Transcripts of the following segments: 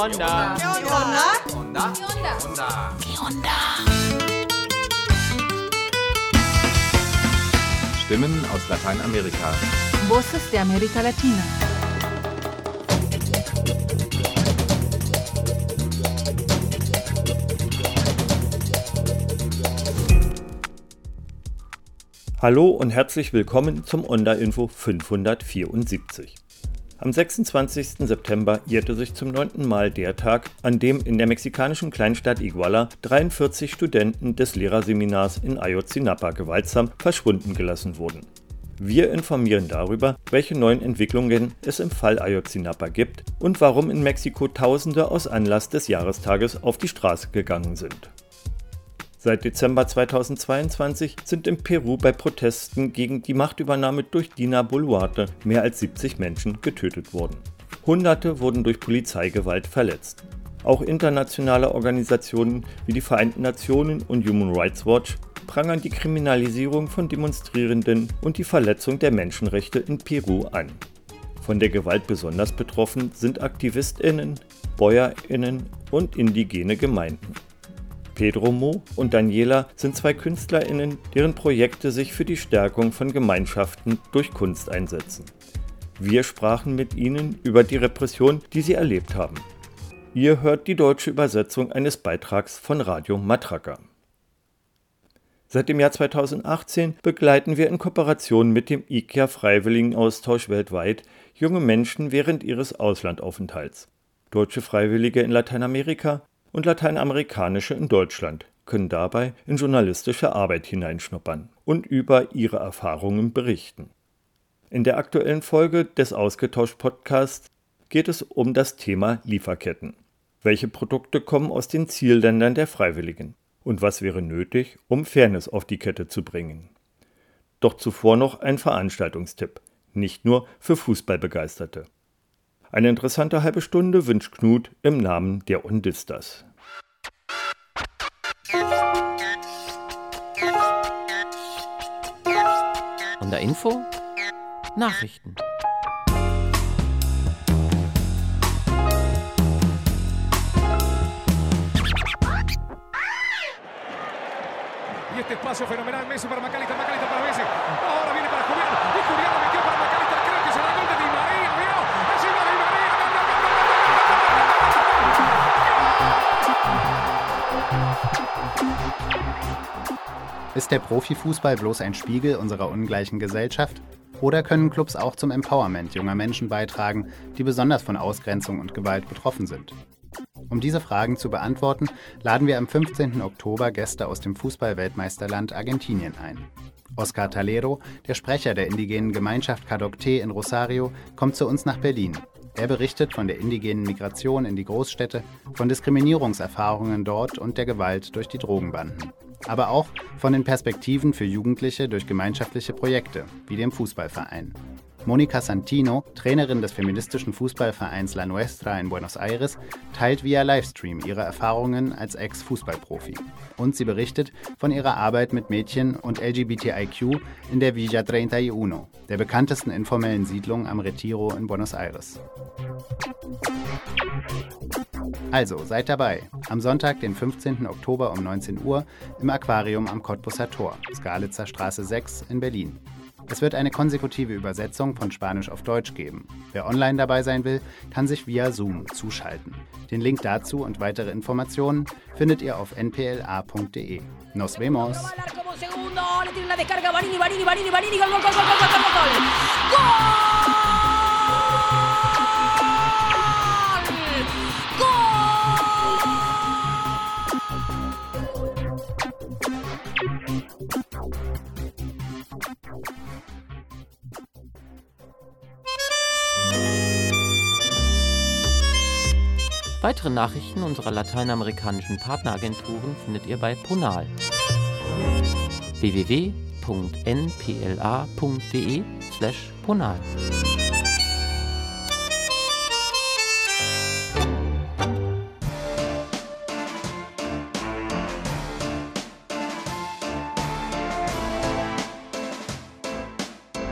onda? ¿Qué onda? Onda? Onda? ¿Qué onda? Stimmen aus Lateinamerika. Voces de América Latina. Hallo und herzlich willkommen zum Onda Info 574. Am 26. September jährte sich zum 9. Mal der Tag, an dem in der mexikanischen Kleinstadt Iguala 43 Studenten des Lehrerseminars in Ayotzinapa gewaltsam verschwunden gelassen wurden. Wir informieren darüber, welche neuen Entwicklungen es im Fall Ayotzinapa gibt und warum in Mexiko Tausende aus Anlass des Jahrestages auf die Straße gegangen sind. Seit Dezember 2022 sind in Peru bei Protesten gegen die Machtübernahme durch Dina Boluarte mehr als 70 Menschen getötet worden. Hunderte wurden durch Polizeigewalt verletzt. Auch internationale Organisationen wie die Vereinten Nationen und Human Rights Watch prangern die Kriminalisierung von Demonstrierenden und die Verletzung der Menschenrechte in Peru an. Von der Gewalt besonders betroffen sind AktivistInnen, BäuerInnen und indigene Gemeinden. Pedro Mo und Daniela sind zwei KünstlerInnen, deren Projekte sich für die Stärkung von Gemeinschaften durch Kunst einsetzen. Wir sprachen mit ihnen über die Repression, die sie erlebt haben. Ihr hört die deutsche Übersetzung eines Beitrags von Radio Matraca. Seit dem Jahr 2018 begleiten wir in Kooperation mit dem IKEA Freiwilligenaustausch weltweit junge Menschen während ihres Auslandaufenthalts. Deutsche Freiwillige in Lateinamerika und Lateinamerikanische in Deutschland können dabei in journalistische Arbeit hineinschnuppern und über ihre Erfahrungen berichten. In der aktuellen Folge des Ausgetauscht-Podcasts geht es um das Thema Lieferketten. Welche Produkte kommen aus den Zielländern der Freiwilligen? Und was wäre nötig, um Fairness auf die Kette zu bringen? Doch zuvor noch ein Veranstaltungstipp, nicht nur für Fußballbegeisterte. Eine interessante halbe Stunde wünscht Knut im Namen der Ondistas. Onda Info? Nachrichten. Y este espacio fenomenal, Messi para McAllister, McAllister para Messi. Ahora viene para Julián, y Julián metió para McAllister, creo que será el gol de Di María, miró, encima de Di María, Ist der Profifußball bloß ein Spiegel unserer ungleichen Gesellschaft? Oder können Clubs auch zum Empowerment junger Menschen beitragen, die besonders von Ausgrenzung und Gewalt betroffen sind? Um diese Fragen zu beantworten, laden wir am 15. Oktober Gäste aus dem Fußball-Weltmeisterland Argentinien ein. Oscar Talero, der Sprecher der indigenen Gemeinschaft Cadocté in Rosario, kommt zu uns nach Berlin. Er berichtet von der indigenen Migration in die Großstädte, von Diskriminierungserfahrungen dort und der Gewalt durch die Drogenbanden. Aber auch von den Perspektiven für Jugendliche durch gemeinschaftliche Projekte, wie dem Fußballverein. Monica Santino, Trainerin des feministischen Fußballvereins La Nuestra in Buenos Aires, teilt via Livestream ihre Erfahrungen als Ex-Fußballprofi. Und sie berichtet von ihrer Arbeit mit Mädchen und LGBTIQ in der Villa 31, der bekanntesten informellen Siedlung am Retiro in Buenos Aires. Also, seid dabei. Am Sonntag, den 15. Oktober um 19 Uhr im Aquarium am Cottbusser Tor, Skalitzer Straße 6 in Berlin. Es wird eine konsekutive Übersetzung von Spanisch auf Deutsch geben. Wer online dabei sein will, kann sich via Zoom zuschalten. Den Link dazu und weitere Informationen findet ihr auf npla.de. Nos vemos! Weitere Nachrichten unserer lateinamerikanischen Partneragenturen findet ihr bei Ponal. www.npla.de/Ponal.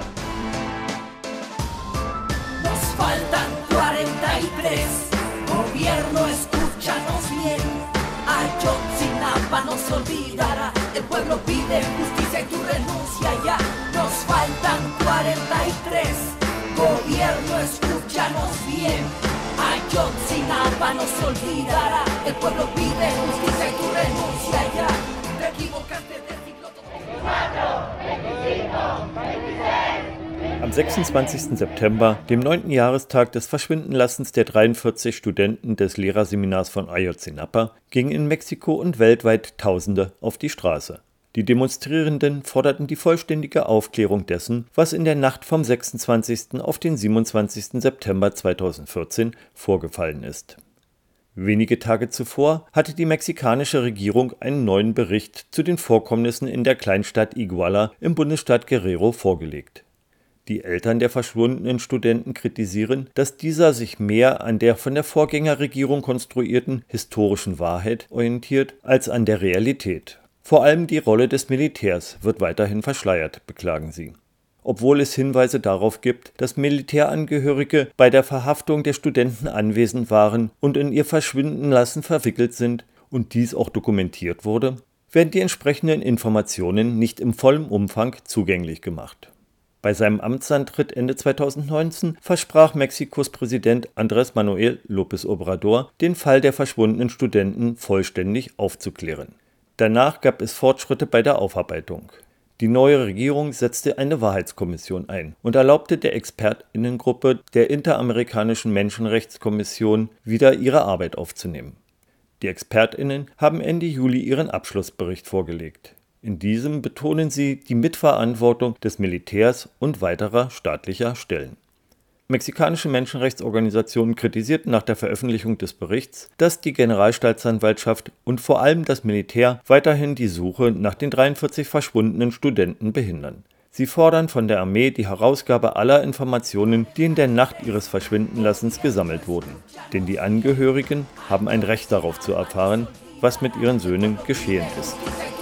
Nos faltan 43. Gobierno, escúchanos bien. Ayotzinapa no se olvidará. El pueblo pide justicia y tu renuncia ya. Nos faltan 43. Gobierno, escúchanos bien. Ayotzinapa no se olvidará. El pueblo pide justicia y tu renuncia ya. Te equivocaste de siglo. Am 26. September, dem 9. Jahrestag des Verschwindenlassens der 43 Studenten des Lehrerseminars von Ayotzinapa, gingen in Mexiko und weltweit Tausende auf die Straße. Die Demonstrierenden forderten die vollständige Aufklärung dessen, was in der Nacht vom 26. auf den 27. September 2014 vorgefallen ist. Wenige Tage zuvor hatte die mexikanische Regierung einen neuen Bericht zu den Vorkommnissen in der Kleinstadt Iguala im Bundesstaat Guerrero vorgelegt. Die Eltern der verschwundenen Studenten kritisieren, dass dieser sich mehr an der von der Vorgängerregierung konstruierten historischen Wahrheit orientiert als an der Realität. Vor allem die Rolle des Militärs wird weiterhin verschleiert, beklagen sie. Obwohl es Hinweise darauf gibt, dass Militärangehörige bei der Verhaftung der Studenten anwesend waren und in ihr Verschwindenlassen verwickelt sind und dies auch dokumentiert wurde, werden die entsprechenden Informationen nicht im vollen Umfang zugänglich gemacht. Bei seinem Amtsantritt Ende 2019 versprach Mexikos Präsident Andrés Manuel López Obrador, den Fall der verschwundenen Studenten vollständig aufzuklären. Danach gab es Fortschritte bei der Aufarbeitung. Die neue Regierung setzte eine Wahrheitskommission ein und erlaubte der ExpertInnengruppe der Interamerikanischen Menschenrechtskommission wieder ihre Arbeit aufzunehmen. Die ExpertInnen haben Ende Juli ihren Abschlussbericht vorgelegt. In diesem betonen sie die Mitverantwortung des Militärs und weiterer staatlicher Stellen. Mexikanische Menschenrechtsorganisationen kritisierten nach der Veröffentlichung des Berichts, dass die Generalstaatsanwaltschaft und vor allem das Militär weiterhin die Suche nach den 43 verschwundenen Studenten behindern. Sie fordern von der Armee die Herausgabe aller Informationen, die in der Nacht ihres Verschwindenlassens gesammelt wurden. Denn die Angehörigen haben ein Recht darauf zu erfahren, was mit ihren Söhnen geschehen ist.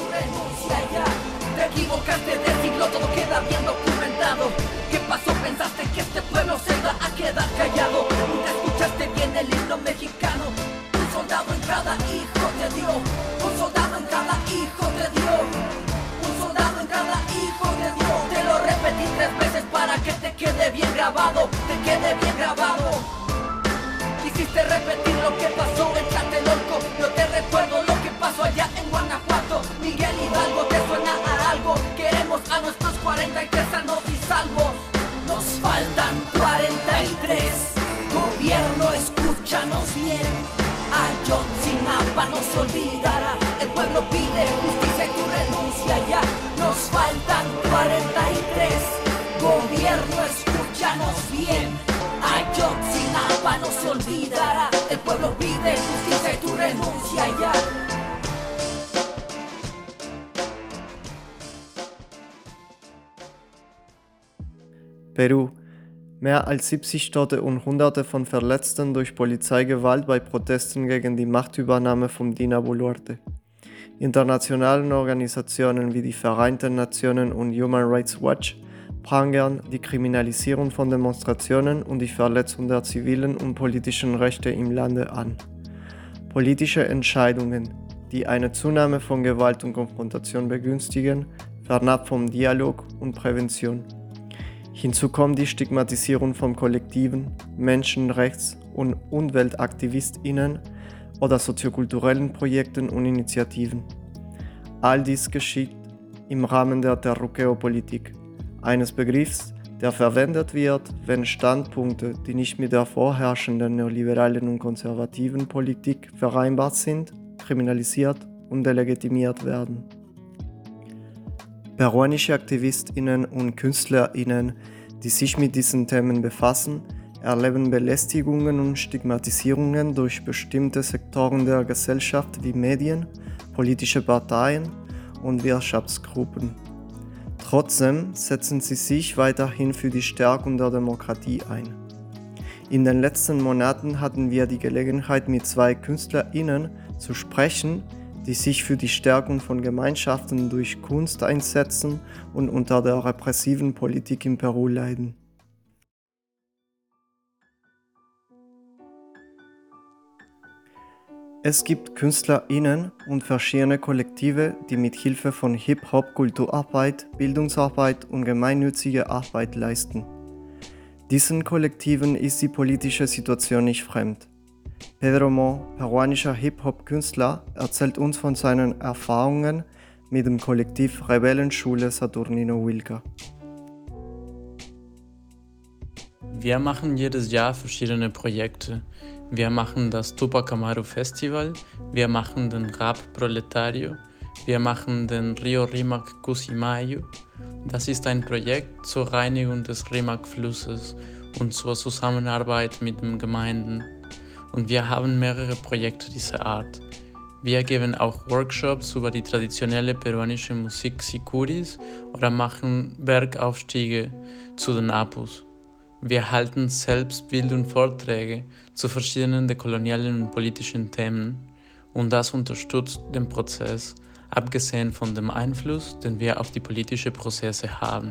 Te quede bien grabado. Quisiste repetir lo que pasó en Tlatelolco. Yo te recuerdo lo que pasó allá en Guanajuato. Miguel Hidalgo, ¿te suena a algo? Queremos a nuestros 43 sanos y salvos. Nos faltan 43. Gobierno, escúchanos bien. Ayotzinapa no se olvidará. El pueblo pide justicia y tu renuncia ya. Nos faltan 43. Gobierno, escúchanos bien. Ayotzinapa no se olvidará. El pueblo pide justicia y tu renuncia ya. Peru. Mehr als 70 Tote und Hunderte von Verletzten durch Polizeigewalt bei Protesten gegen die Machtübernahme von Dina Boluarte. Internationalen Organisationen wie die Vereinten Nationen und Human Rights Watch prangern die Kriminalisierung von Demonstrationen und die Verletzung der zivilen und politischen Rechte im Lande an. Politische Entscheidungen, die eine Zunahme von Gewalt und Konfrontation begünstigen, fernab vom Dialog und Prävention. Hinzu kommt die Stigmatisierung von Kollektiven, Menschenrechts- und UmweltaktivistInnen oder soziokulturellen Projekten und Initiativen. All dies geschieht im Rahmen der Terruqueo-Politik, eines Begriffs, der verwendet wird, wenn Standpunkte, die nicht mit der vorherrschenden neoliberalen und konservativen Politik vereinbart sind, kriminalisiert und delegitimiert werden. Peruanische AktivistInnen und KünstlerInnen, die sich mit diesen Themen befassen, erleben Belästigungen und Stigmatisierungen durch bestimmte Sektoren der Gesellschaft wie Medien, politische Parteien und Wirtschaftsgruppen. Trotzdem setzen sie sich weiterhin für die Stärkung der Demokratie ein. In den letzten Monaten hatten wir die Gelegenheit, mit 2 KünstlerInnen zu sprechen, die sich für die Stärkung von Gemeinschaften durch Kunst einsetzen und unter der repressiven Politik in Peru leiden. Es gibt KünstlerInnen und verschiedene Kollektive, die mit Hilfe von Hip-Hop Kulturarbeit, Bildungsarbeit und gemeinnütziger Arbeit leisten. Diesen Kollektiven ist die politische Situation nicht fremd. Pedro Mo, peruanischer Hip-Hop-Künstler, erzählt uns von seinen Erfahrungen mit dem Kollektiv Rebellenschule Saturnino Wilka. Wir machen jedes Jahr verschiedene Projekte. Wir machen das Tupac Amaru Festival, wir machen den Rap Proletario, wir machen den Rio Rimac Cusimayo. Das ist ein Projekt zur Reinigung des Rimac-Flusses und zur Zusammenarbeit mit den Gemeinden. Und wir haben mehrere Projekte dieser Art. Wir geben auch Workshops über die traditionelle peruanische Musik Sicuris oder machen Bergaufstiege zu den Apus. Wir halten Selbstbild- und Vorträge zu verschiedenen dekolonialen und politischen Themen und das unterstützt den Prozess, abgesehen von dem Einfluss, den wir auf die politischen Prozesse haben.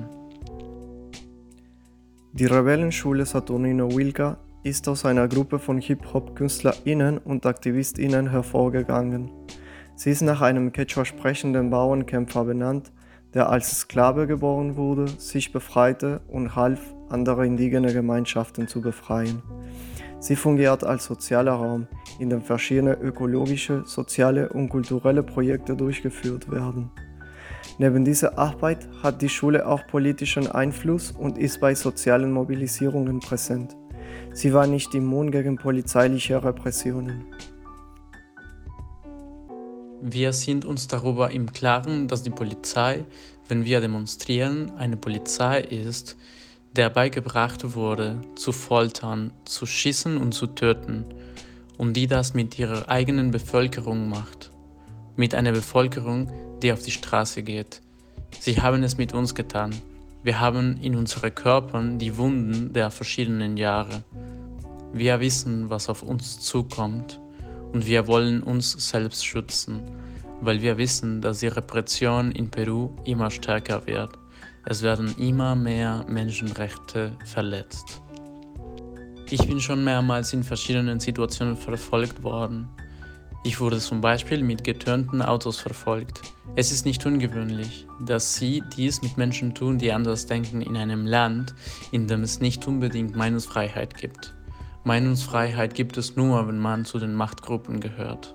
Die Rebellenschule Saturnino Wilka ist aus einer Gruppe von Hip-Hop-KünstlerInnen und AktivistInnen hervorgegangen. Sie ist nach einem Quechua sprechenden Bauernkämpfer benannt, der als Sklave geboren wurde, sich befreite und half, andere indigene Gemeinschaften zu befreien. Sie fungiert als sozialer Raum, in dem verschiedene ökologische, soziale und kulturelle Projekte durchgeführt werden. Neben dieser Arbeit hat die Schule auch politischen Einfluss und ist bei sozialen Mobilisierungen präsent. Sie war nicht immun gegen polizeiliche Repressionen. Wir sind uns darüber im Klaren, dass die Polizei, wenn wir demonstrieren, eine Polizei ist, der beigebracht wurde, zu foltern, zu schießen und zu töten, und die das mit ihrer eigenen Bevölkerung macht. Mit einer Bevölkerung, die auf die Straße geht. Sie haben es mit uns getan. Wir haben in unseren Körpern die Wunden der verschiedenen Jahre. Wir wissen, was auf uns zukommt, und wir wollen uns selbst schützen, weil wir wissen, dass die Repression in Peru immer stärker wird. Es werden immer mehr Menschenrechte verletzt. Ich bin schon mehrmals in verschiedenen Situationen verfolgt worden. Ich wurde zum Beispiel mit getönten Autos verfolgt. Es ist nicht ungewöhnlich, dass sie dies mit Menschen tun, die anders denken, in einem Land, in dem es nicht unbedingt Meinungsfreiheit gibt. Meinungsfreiheit gibt es nur, wenn man zu den Machtgruppen gehört.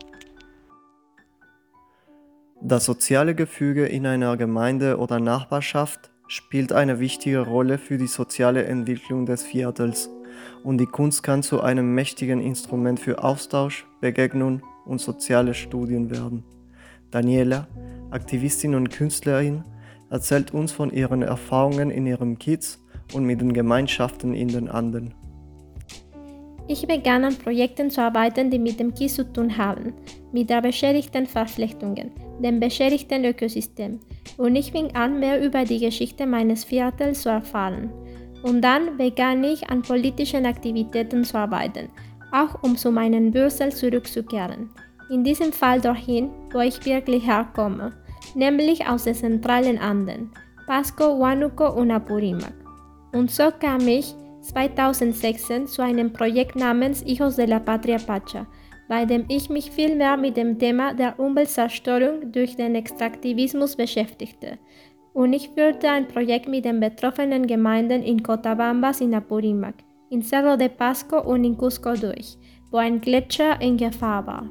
Das soziale Gefüge in einer Gemeinde oder Nachbarschaft spielt eine wichtige Rolle für die soziale Entwicklung des Viertels und die Kunst kann zu einem mächtigen Instrument für Austausch, Begegnung und soziale Studien werden. Daniela, Aktivistin und Künstlerin, erzählt uns von ihren Erfahrungen in ihrem Kiez und mit den Gemeinschaften in den Anden. Ich begann an Projekten zu arbeiten, die mit dem Kiez zu tun haben, mit der beschädigten Verflechtungen, dem beschädigten Ökosystem. Und ich fing an, mehr über die Geschichte meines Viertels zu erfahren. Und dann begann ich, an politischen Aktivitäten zu arbeiten, auch um zu meinen Wurzeln zurückzukehren. In diesem Fall dorthin, wo ich wirklich herkomme, nämlich aus den zentralen Anden, Pasco, Huánuco und Apurímac. Und so kam ich 2016 zu einem Projekt namens Hijos de la Patria Pacha, bei dem ich mich viel mehr mit dem Thema der Umweltzerstörung durch den Extraktivismus beschäftigte. Und ich führte ein Projekt mit den betroffenen Gemeinden in Cotabambas in Apurímac, in Cerro de Pasco und in Cusco durch, wo ein Gletscher in Gefahr war.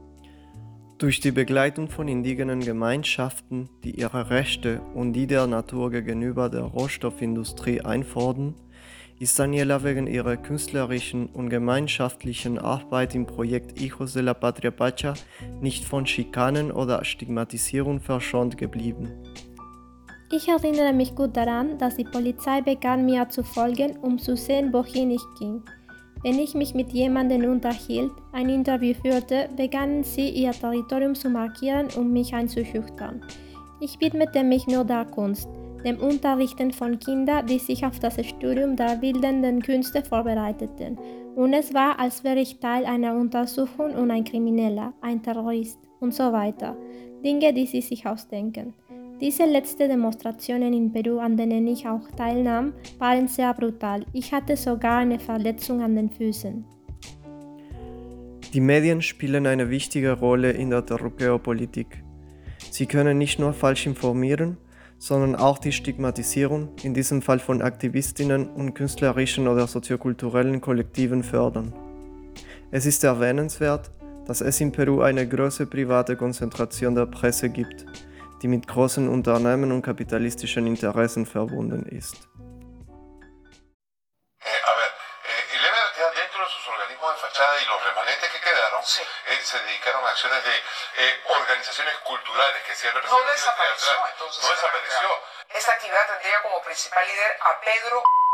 Durch die Begleitung von indigenen Gemeinschaften, die ihre Rechte und die der Natur gegenüber der Rohstoffindustrie einfordern, ist Daniela wegen ihrer künstlerischen und gemeinschaftlichen Arbeit im Projekt Hijos de la Patria Pacha nicht von Schikanen oder Stigmatisierung verschont geblieben. Ich erinnere mich gut daran, dass die Polizei begann, mir zu folgen, um zu sehen, wohin ich ging. Wenn ich mich mit jemandem unterhielt, ein Interview führte, begannen sie, ihr Territorium zu markieren, um mich einzuschüchtern. Ich widmete mich nur der Kunst, dem Unterrichten von Kindern, die sich auf das Studium der bildenden Künste vorbereiteten. Und es war, als wäre ich Teil einer Untersuchung und ein Krimineller, ein Terrorist und so weiter. Dinge, die sie sich ausdenken. Diese letzten Demonstrationen in Peru, an denen ich auch teilnahm, waren sehr brutal. Ich hatte sogar eine Verletzung an den Füßen. Die Medien spielen eine wichtige Rolle in der Geopolitik. Sie können nicht nur falsch informieren, sondern auch die Stigmatisierung, in diesem Fall von Aktivistinnen und künstlerischen oder soziokulturellen Kollektiven, fördern. Es ist erwähnenswert, dass es in Peru eine große private Konzentration der Presse gibt, die mit großen Unternehmen und kapitalistischen Interessen verbunden ist. Y los remanentes que quedaron se dedicaron a acciones de organizaciones culturales que hacían no desapareció, entonces. No desapareció. Esta actividad tendría como principal líder a Pedro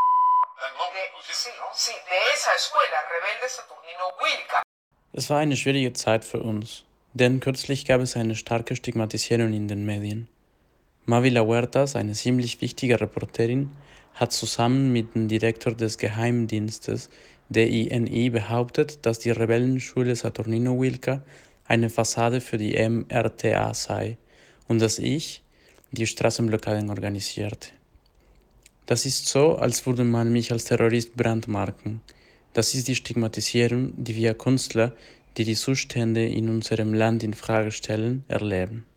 de esa escuela, Rebelde Saturnino Huilca. Es war eine schwierige Zeit für uns, denn kürzlich gab es eine starke Stigmatisierung in den Medien. Mávila Huertas, eine ziemlich wichtige Reporterin, hat zusammen mit dem Direktor des Geheimdienstes der INI behauptet, dass die Rebellenschule Saturnino Huilca eine Fassade für die MRTA sei und dass ich die Straßenblockaden organisierte. Das ist so, als würde man mich als Terrorist brandmarken. Das ist die Stigmatisierung, die wir Künstler, die die Zustände in unserem Land in Frage stellen, erleben.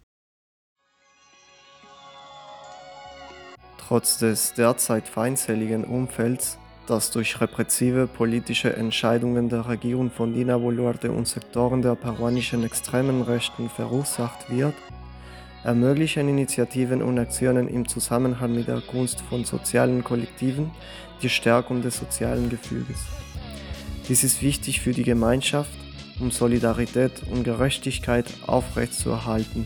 Trotz des derzeit feindseligen Umfelds, das durch repressive politische Entscheidungen der Regierung von Dina Boluarte und Sektoren der peruanischen extremen Rechten verursacht wird, ermöglichen Initiativen und Aktionen im Zusammenhang mit der Kunst von sozialen Kollektiven die Stärkung des sozialen Gefüges. Dies ist wichtig für die Gemeinschaft, um Solidarität und Gerechtigkeit aufrechtzuerhalten.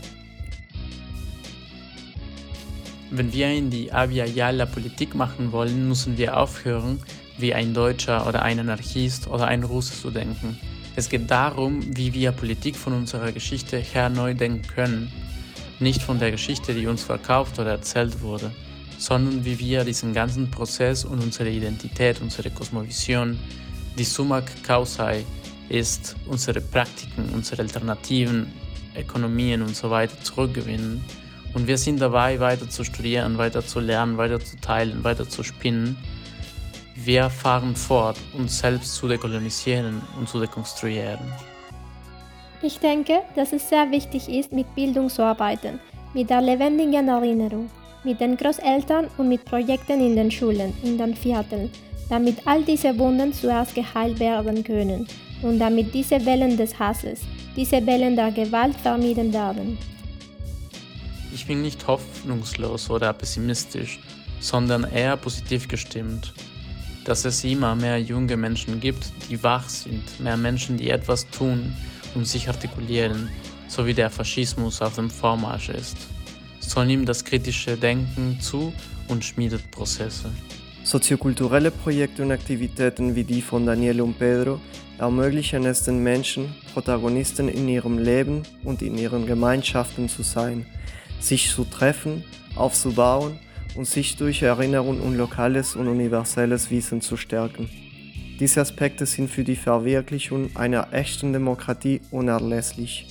Wenn wir in die Abya Yala Politik machen wollen, müssen wir aufhören, wie ein Deutscher oder ein Anarchist oder ein Russe zu denken. Es geht darum, wie wir Politik von unserer Geschichte her neu denken können. Nicht von der Geschichte, die uns verkauft oder erzählt wurde, sondern wie wir diesen ganzen Prozess und unsere Identität, unsere Kosmovision, die Summa Causae ist, unsere Praktiken, unsere Alternativen, Ökonomien und so weiter zurückgewinnen. Und wir sind dabei, weiter zu studieren, weiter zu lernen, weiter zu teilen, weiter zu spinnen. Wir fahren fort, uns selbst zu dekolonisieren und zu dekonstruieren. Ich denke, dass es sehr wichtig ist, mit Bildung zu arbeiten, mit der lebendigen Erinnerung, mit den Großeltern und mit Projekten in den Schulen, in den Vierteln, damit all diese Wunden zuerst geheilt werden können und damit diese Wellen des Hasses, diese Wellen der Gewalt vermieden werden. Ich bin nicht hoffnungslos oder pessimistisch, sondern eher positiv gestimmt, dass es immer mehr junge Menschen gibt, die wach sind, mehr Menschen, die etwas tun und sich artikulieren, so wie der Faschismus auf dem Vormarsch ist. So nimmt das kritische Denken zu und schmiedet Prozesse. Soziokulturelle Projekte und Aktivitäten wie die von Daniel und Pedro ermöglichen es den Menschen, Protagonisten in ihrem Leben und in ihren Gemeinschaften zu sein, sich zu treffen, aufzubauen und sich durch Erinnerung und lokales und universelles Wissen zu stärken. Diese Aspekte sind für die Verwirklichung einer echten Demokratie unerlässlich.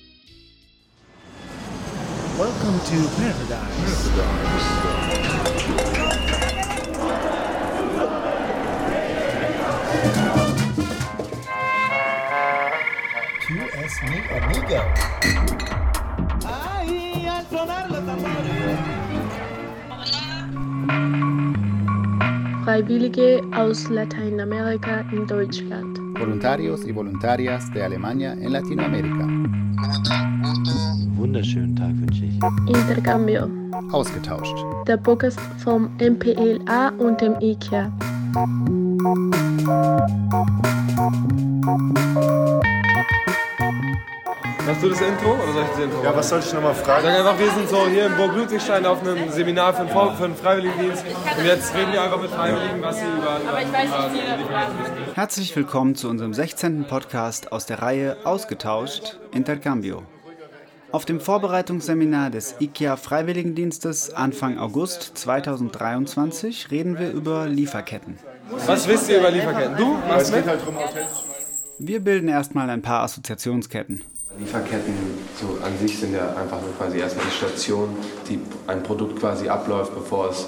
Welcome to Paradise. Tu es mi amigo. Ay, al sonar los tambores. Freiwillige aus Lateinamerika in Deutschland. Voluntarios y voluntarias de Alemania en Latinoamérica. Wunderschönen Tag wünsche ich. Intercambio. Ausgetauscht. Der Podcast vom MPLA und dem IKEA. Machst du das Intro oder soll ich das Intro? Ja, was soll ich nochmal fragen? Sag einfach, wir sind so hier in Burg Ludwigstein auf einem Seminar für den Freiwilligendienst und jetzt reden wir einfach mit Freiwilligen, was sie über Herzlich willkommen zu unserem 16. Podcast aus der Reihe Ausgetauscht, Intercambio. Auf dem Vorbereitungsseminar des IKEA Freiwilligendienstes Anfang August 2023 reden wir über Lieferketten. Was wisst ihr über Lieferketten? Du? Was mit? Wir bilden erstmal ein paar Assoziationsketten. Lieferketten so an sich sind ja einfach nur quasi erstmal die Station, die ein Produkt quasi abläuft, bevor es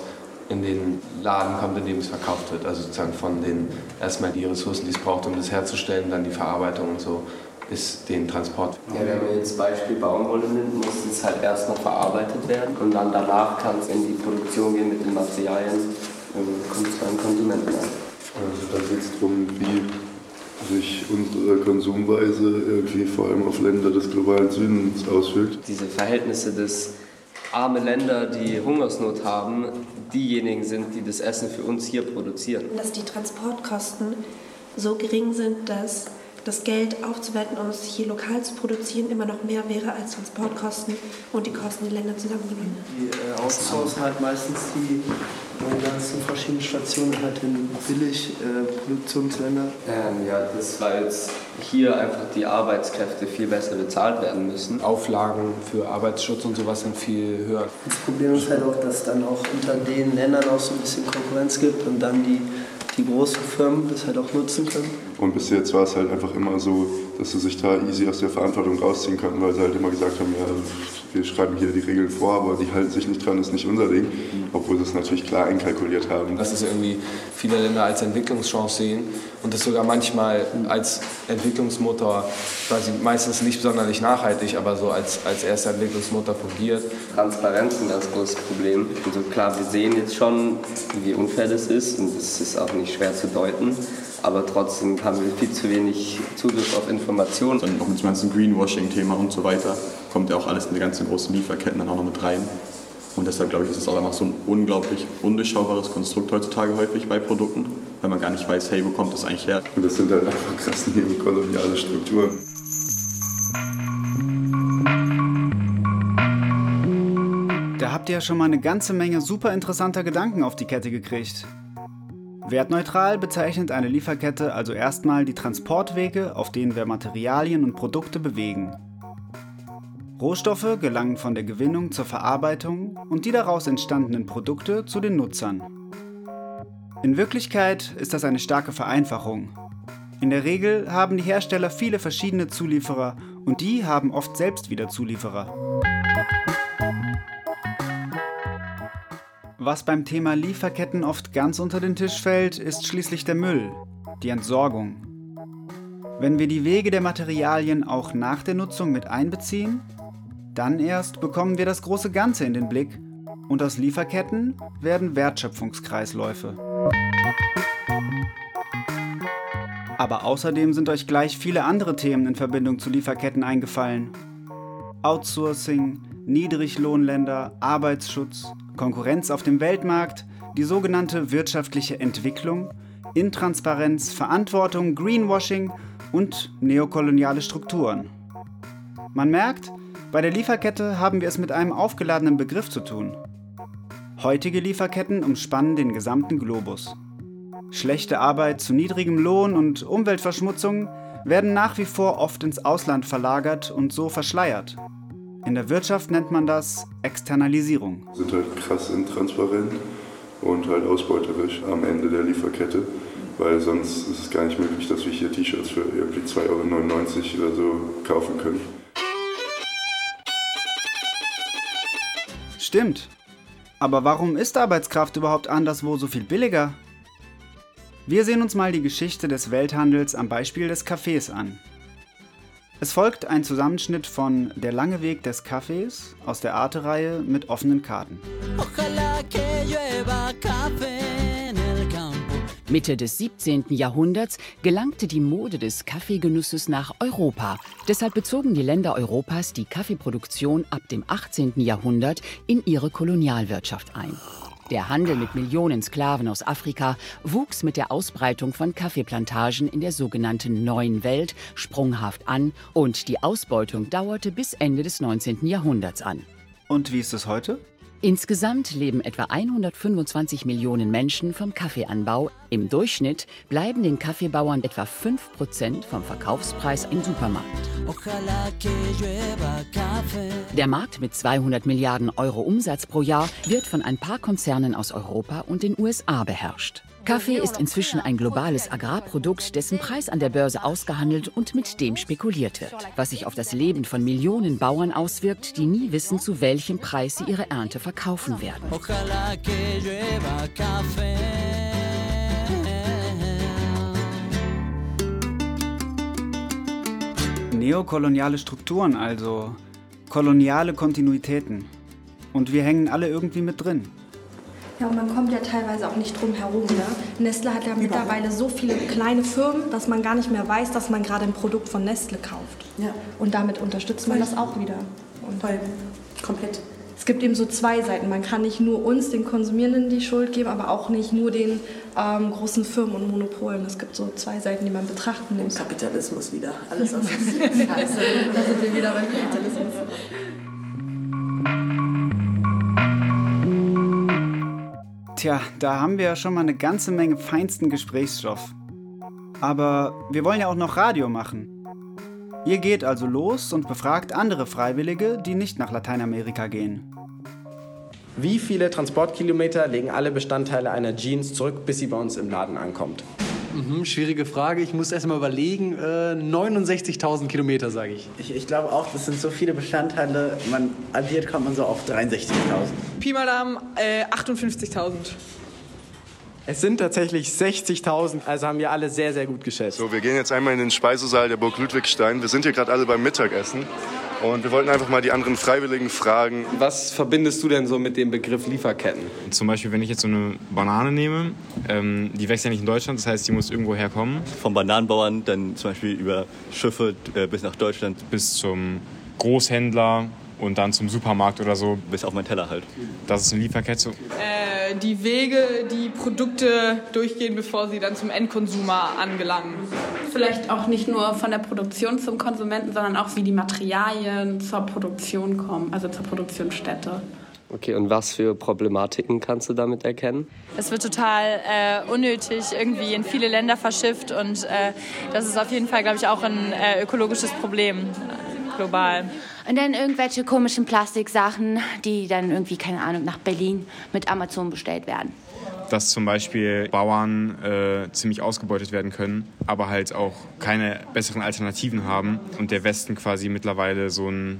in den Laden kommt, in dem es verkauft wird. Also sozusagen von den erstmal die Ressourcen, die es braucht, um das herzustellen, dann die Verarbeitung und so, bis den Transport. Ja, wenn wir jetzt Beispiel Baumwolle nimmt, muss es halt erst noch verarbeitet werden und dann danach kann es in die Produktion gehen mit den Materialien und kommt es beim Konsumenten an. Also da geht es darum, wie sich unsere Konsumweise irgendwie vor allem auf Länder des globalen Südens auswirkt. Diese Verhältnisse des arme Länder, die Hungersnot haben, diejenigen sind, die das Essen für uns hier produzieren. Dass die Transportkosten so gering sind, dass das Geld aufzuwerten, um es hier lokal zu produzieren, immer noch mehr wäre als Transportkosten und die Kosten der Länder zusammengenommen. Die outsourcen halt meistens die ganzen verschiedenen Stationen halt in Billig-Produktionsländer. Ja, das war jetzt hier einfach die Arbeitskräfte viel besser bezahlt werden müssen. Auflagen für Arbeitsschutz und sowas sind viel höher. Das Problem ist halt auch, dass es dann auch unter den Ländern auch so ein bisschen Konkurrenz gibt und dann die großen Firmen das halt auch nutzen können. Und bis jetzt war es halt einfach immer so, dass sie sich da easy aus der Verantwortung rausziehen konnten, weil sie halt immer gesagt haben, ja, wir schreiben hier die Regeln vor, aber die halten sich nicht dran, das ist nicht unser Ding, obwohl sie es natürlich klar einkalkuliert haben. Dass es irgendwie viele Länder als Entwicklungschance sehen und das sogar manchmal als Entwicklungsmotor, quasi meistens nicht sonderlich nachhaltig, aber so als erster Entwicklungsmotor fungiert. Transparenz ist ein ganz großes Problem. Also klar, wir sehen jetzt schon, wie unfair das ist und es ist auch nicht schwer zu deuten. Aber trotzdem haben wir viel zu wenig Zugriff auf Informationen. Und auch mit dem ganzen Greenwashing-Thema und so weiter kommt ja auch alles in die ganzen großen Lieferketten dann auch noch mit rein. Und deshalb glaube ich, ist es auch einfach so ein unglaublich undurchschaubares Konstrukt heutzutage häufig bei Produkten, weil man gar nicht weiß, hey, wo kommt das eigentlich her? Und das sind halt einfach krass neokoloniale Strukturen. Da habt ihr ja schon mal eine ganze Menge super interessanter Gedanken auf die Kette gekriegt. Wertneutral bezeichnet eine Lieferkette also erstmal die Transportwege, auf denen wir Materialien und Produkte bewegen. Rohstoffe gelangen von der Gewinnung zur Verarbeitung und die daraus entstandenen Produkte zu den Nutzern. In Wirklichkeit ist das eine starke Vereinfachung. In der Regel haben die Hersteller viele verschiedene Zulieferer und die haben oft selbst wieder Zulieferer. Was beim Thema Lieferketten oft ganz unter den Tisch fällt, ist schließlich der Müll, die Entsorgung. Wenn wir die Wege der Materialien auch nach der Nutzung mit einbeziehen, dann erst bekommen wir das große Ganze in den Blick und aus Lieferketten werden Wertschöpfungskreisläufe. Aber außerdem sind euch gleich viele andere Themen in Verbindung zu Lieferketten eingefallen. Outsourcing, Niedriglohnländer, Arbeitsschutz, Konkurrenz auf dem Weltmarkt, die sogenannte wirtschaftliche Entwicklung, Intransparenz, Verantwortung, Greenwashing und neokoloniale Strukturen. Man merkt, bei der Lieferkette haben wir es mit einem aufgeladenen Begriff zu tun. Heutige Lieferketten umspannen den gesamten Globus. Schlechte Arbeit zu niedrigem Lohn und Umweltverschmutzung werden nach wie vor oft ins Ausland verlagert und so verschleiert. In der Wirtschaft nennt man das Externalisierung. Sind halt krass intransparent und halt ausbeuterisch am Ende der Lieferkette, weil sonst ist es gar nicht möglich, dass wir hier T-Shirts für irgendwie 2,99 € oder so kaufen können. Stimmt. Aber warum ist Arbeitskraft überhaupt anderswo so viel billiger? Wir sehen uns mal die Geschichte des Welthandels am Beispiel des Kaffees an. Es folgt ein Zusammenschnitt von Der lange Weg des Kaffees aus der Arte-Reihe mit offenen Karten. Mitte des 17. Jahrhunderts gelangte die Mode des Kaffeegenusses nach Europa. Deshalb bezogen die Länder Europas die Kaffeeproduktion ab dem 18. Jahrhundert in ihre Kolonialwirtschaft ein. Der Handel mit Millionen Sklaven aus Afrika wuchs mit der Ausbreitung von Kaffeeplantagen in der sogenannten Neuen Welt sprunghaft an und die Ausbeutung dauerte bis Ende des 19. Jahrhunderts an. Und wie ist es heute? Insgesamt leben etwa 125 Millionen Menschen vom Kaffeeanbau Im Durchschnitt bleiben den Kaffeebauern etwa 5% vom Verkaufspreis im Supermarkt. Der Markt mit 200 Milliarden Euro Umsatz pro Jahr wird von ein paar Konzernen aus Europa und den USA beherrscht. Kaffee ist inzwischen ein globales Agrarprodukt, dessen Preis an der Börse ausgehandelt und mit dem spekuliert wird, was sich auf das Leben von Millionen Bauern auswirkt, die nie wissen, zu welchem Preis sie ihre Ernte verkaufen werden. Neokoloniale Strukturen also, koloniale Kontinuitäten. Und wir hängen alle irgendwie mit drin. Ja, und man kommt ja teilweise auch nicht drum herum. Ne? Nestle hat ja mittlerweile so viele kleine Firmen, dass man gar nicht mehr weiß, dass man gerade ein Produkt von Nestle kauft. Ja. Und damit unterstützt man das auch wieder. Und voll. Komplett. Es gibt eben so zwei Seiten. Man kann nicht nur uns, den Konsumierenden, die Schuld geben, aber auch nicht nur den großen Firmen und Monopolen. Es gibt so zwei Seiten, die man betrachten muss. Kapitalismus wieder. Alles auf Scheiße. Da sind wir wieder beim Kapitalismus. Tja, da haben wir ja schon mal eine ganze Menge feinsten Gesprächsstoff. Aber wir wollen ja auch noch Radio machen. Ihr geht also los und befragt andere Freiwillige, die nicht nach Lateinamerika gehen. Wie viele Transportkilometer legen alle Bestandteile einer Jeans zurück, bis sie bei uns im Laden ankommt? Schwierige Frage. Ich muss erst mal überlegen. 69.000 Kilometer, sage ich. Ich glaube auch, das sind so viele Bestandteile. Man addiert, kommt man so auf 63.000. Pi mal Daumen, 58.000. Es sind tatsächlich 60.000, also haben wir alle sehr, sehr gut geschätzt. So, wir gehen jetzt einmal in den Speisesaal der Burg Ludwigstein. Wir sind hier gerade alle beim Mittagessen. Und wir wollten einfach mal die anderen Freiwilligen fragen. Was verbindest du denn so mit dem Begriff Lieferketten? Zum Beispiel, wenn ich jetzt so eine Banane nehme, die wächst ja nicht in Deutschland, das heißt, die muss irgendwo herkommen. Vom Bananenbauern dann zum Beispiel über Schiffe bis nach Deutschland. Bis zum Großhändler und dann zum Supermarkt oder so. Bis auf meinen Teller halt. Das ist eine Lieferkette. Die Wege, die Produkte durchgehen, bevor sie dann zum Endkonsumer angelangen. Vielleicht auch nicht nur von der Produktion zum Konsumenten, sondern auch wie die Materialien zur Produktion kommen, also zur Produktionsstätte. Okay, und was für Problematiken kannst du damit erkennen? Es wird total unnötig irgendwie in viele Länder verschifft und das ist auf jeden Fall, glaube ich, auch ein ökologisches Problem global. Und dann irgendwelche komischen Plastiksachen, die dann irgendwie, keine Ahnung, nach Berlin mit Amazon bestellt werden. Dass zum Beispiel Bauern ziemlich ausgebeutet werden können, aber halt auch keine besseren Alternativen haben und der Westen quasi mittlerweile so ein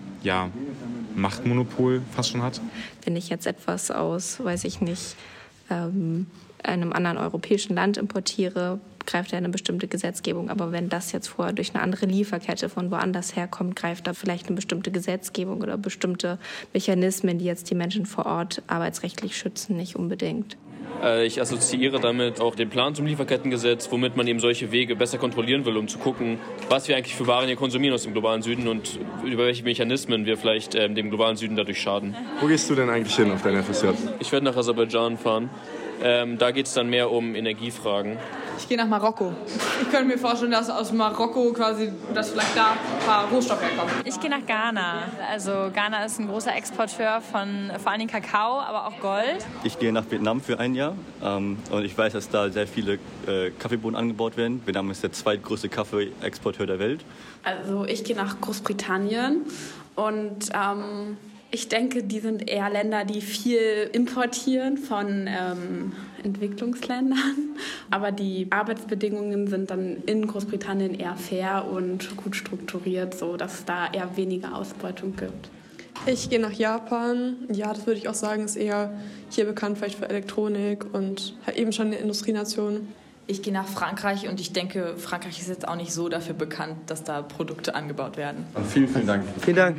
Machtmonopol fast schon hat. Wenn ich jetzt etwas aus, weiß ich nicht, einem anderen europäischen Land importiere, greift ja eine bestimmte Gesetzgebung. Aber wenn das jetzt vorher durch eine andere Lieferkette von woanders herkommt, greift da vielleicht eine bestimmte Gesetzgebung oder bestimmte Mechanismen, die jetzt die Menschen vor Ort arbeitsrechtlich schützen, nicht unbedingt. Ich assoziiere damit auch den Plan zum Lieferkettengesetz, womit man eben solche Wege besser kontrollieren will, um zu gucken, was wir eigentlich für Waren hier konsumieren aus dem globalen Süden und über welche Mechanismen wir vielleicht dem globalen Süden dadurch schaden. Wo gehst du denn eigentlich hin auf deiner FSJ? Ich werde nach Aserbaidschan fahren. Da geht es dann mehr um Energiefragen. Ich gehe nach Marokko. Ich könnte mir vorstellen, dass aus Marokko quasi, dass vielleicht da ein paar Rohstoffe herkommen. Ich gehe nach Ghana. Also Ghana ist ein großer Exporteur von vor allem Kakao, aber auch Gold. Ich gehe nach Vietnam für ein Jahr und ich weiß, dass da sehr viele Kaffeebohnen angebaut werden. Vietnam ist der zweitgrößte Kaffeeexporteur der Welt. Also ich gehe nach Großbritannien und ich denke, die sind eher Länder, die viel importieren von Entwicklungsländern. Aber die Arbeitsbedingungen sind dann in Großbritannien eher fair und gut strukturiert, sodass es da eher weniger Ausbeutung gibt. Ich gehe nach Japan. Ja, das würde ich auch sagen, ist eher hier bekannt vielleicht für Elektronik und halt eben schon eine Industrienation. Ich gehe nach Frankreich und ich denke, Frankreich ist jetzt auch nicht so dafür bekannt, dass da Produkte angebaut werden. Und vielen Dank. Vielen Dank.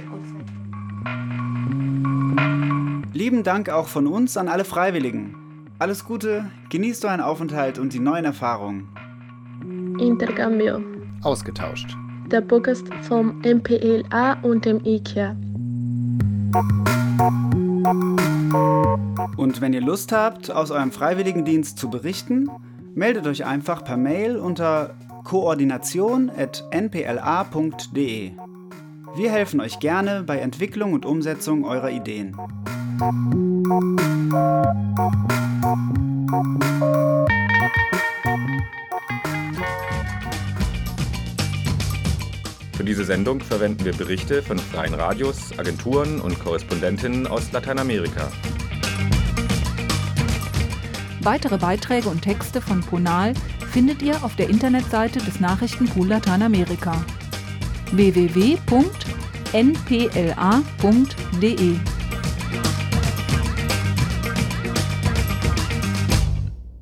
Lieben Dank auch von uns an alle Freiwilligen. Alles Gute, genießt euren Aufenthalt und die neuen Erfahrungen. Intercambio. Ausgetauscht. Der Podcast vom MPLA und dem IKEA. Und wenn ihr Lust habt, aus eurem Freiwilligendienst zu berichten, meldet euch einfach per Mail unter koordination@npla.de. Wir helfen euch gerne bei Entwicklung und Umsetzung eurer Ideen. Sendung verwenden wir Berichte von freien Radios, Agenturen und Korrespondentinnen aus Lateinamerika. Weitere Beiträge und Texte von Ponal findet ihr auf der Internetseite des Nachrichtenpool Lateinamerika www.npla.de.